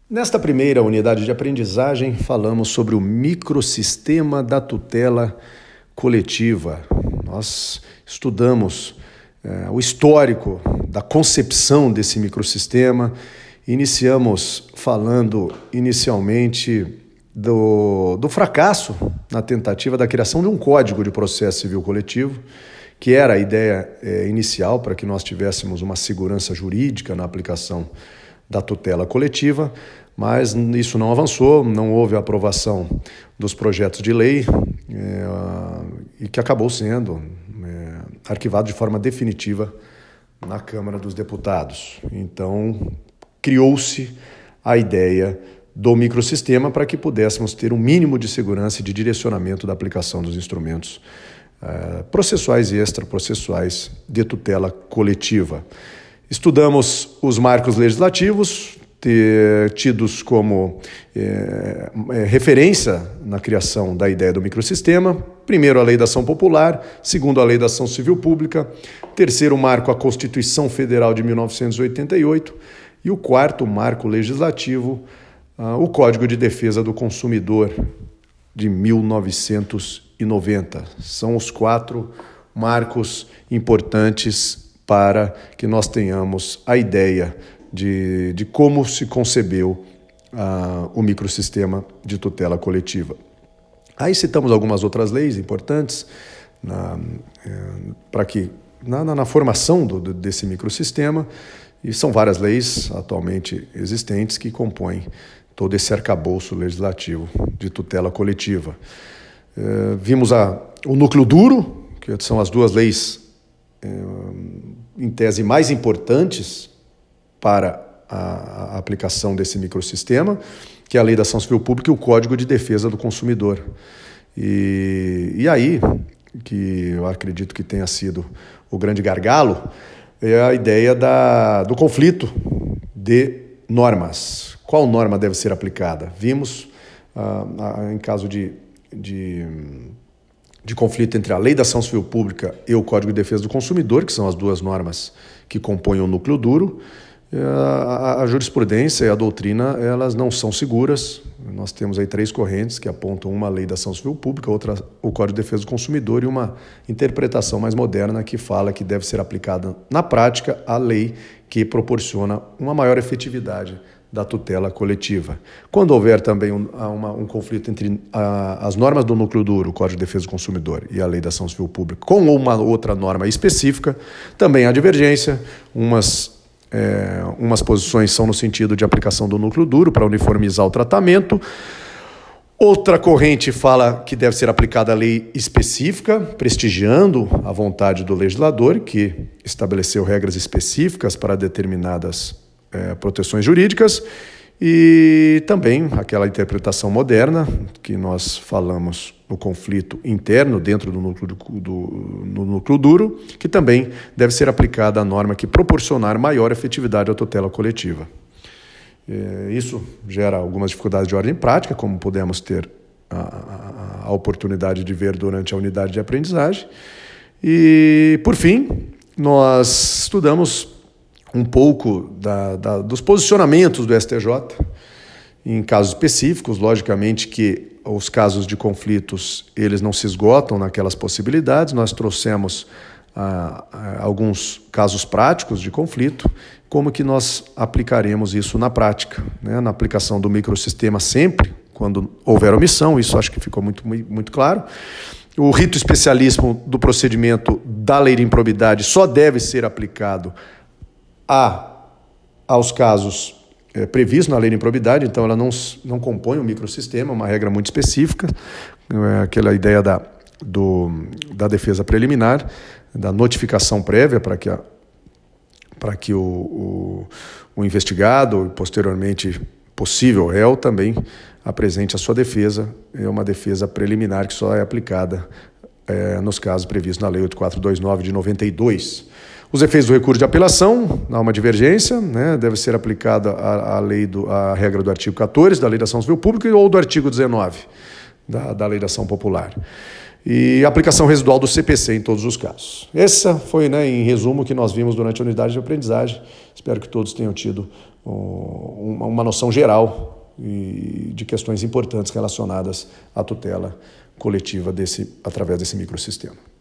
Nesta primeira unidade de aprendizagem, falamos sobre o microsistema da tutela coletiva. Nós estudamos o histórico da concepção desse microsistema. Iniciamos falando inicialmente do fracasso na tentativa da criação de um código de processo civil coletivo, que era a ideia inicial para que nós tivéssemos uma segurança jurídica na aplicação da tutela coletiva, mas isso não avançou, não houve a aprovação dos projetos de lei e que acabou sendo arquivado de forma definitiva na Câmara dos Deputados. Então, criou-se a ideia do microsistema para que pudéssemos ter um mínimo de segurança e de direcionamento da aplicação dos instrumentos processuais e extraprocessuais de tutela coletiva. Estudamos os marcos legislativos, tidos como referência na criação da ideia do microsistema. Primeiro, a Lei da Ação Popular. Segundo, a Lei da Ação Civil Pública. Terceiro marco, a Constituição Federal de 1988. E o quarto marco legislativo, o Código de Defesa do Consumidor de 1990. São os quatro marcos importantes para que nós tenhamos a ideia de como se concebeu o microsistema de tutela coletiva. Aí citamos algumas outras leis importantes para que na formação desse microsistema, e são várias leis atualmente existentes que compõem todo esse arcabouço legislativo de tutela coletiva. Vimos o núcleo duro, que são as duas leis em tese mais importantes para a aplicação desse microsistema, que é a Lei da Ação Civil Pública e o Código de Defesa do Consumidor. E aí, que eu acredito que tenha sido o grande gargalo, é a ideia do conflito de normas. Qual norma deve ser aplicada? Vimos, em caso de conflito entre a Lei da Ação Civil Pública e o Código de Defesa do Consumidor, que são as duas normas que compõem o núcleo duro, a jurisprudência e a doutrina, elas não são seguras. Nós temos aí três correntes que apontam: uma a Lei da Ação Civil Pública, outra o Código de Defesa do Consumidor e uma interpretação mais moderna que fala que deve ser aplicada na prática a lei que proporciona uma maior efetividade da tutela coletiva. Quando houver também um conflito entre as normas do núcleo duro, o Código de Defesa do Consumidor e a Lei da Ação Civil Pública, com uma outra norma específica, também há divergência. Umas posições são no sentido de aplicação do núcleo duro para uniformizar o tratamento. Outra corrente fala que deve ser aplicada a lei específica, prestigiando a vontade do legislador, que estabeleceu regras específicas para determinadas proteções jurídicas, e também aquela interpretação moderna que nós falamos no conflito interno dentro do núcleo duro, que também deve ser aplicada a norma que proporcionar maior efetividade à tutela coletiva. Isso gera algumas dificuldades de ordem prática, como pudemos ter a oportunidade de ver durante a unidade de aprendizagem. E, por fim, nós estudamos um pouco dos posicionamentos do STJ em casos específicos. Logicamente que os casos de conflitos, eles não se esgotam naquelas possibilidades. Nós trouxemos alguns casos práticos de conflito, como que nós aplicaremos isso na prática, né? Na aplicação do microsistema sempre, quando houver omissão, isso acho que ficou muito, muito claro. O rito especialíssimo do procedimento da lei de improbidade só deve ser aplicado aos casos previstos na lei de improbidade, então ela não compõe um microsistema, uma regra muito específica, aquela ideia da defesa preliminar, da notificação prévia para que o investigado e posteriormente possível réu também apresente a sua defesa. É uma defesa preliminar que só é aplicada nos casos previstos na Lei 8429 de 92. Os efeitos do recurso de apelação, há uma divergência, né? Deve ser aplicada a regra do artigo 14 da Lei da Ação Civil Pública ou do artigo 19 da Lei da Ação Popular. E aplicação residual do CPC em todos os casos. Essa foi, em resumo, o que nós vimos durante a unidade de aprendizagem. Espero que todos tenham tido uma noção geral de questões importantes relacionadas à tutela coletiva através desse microsistema.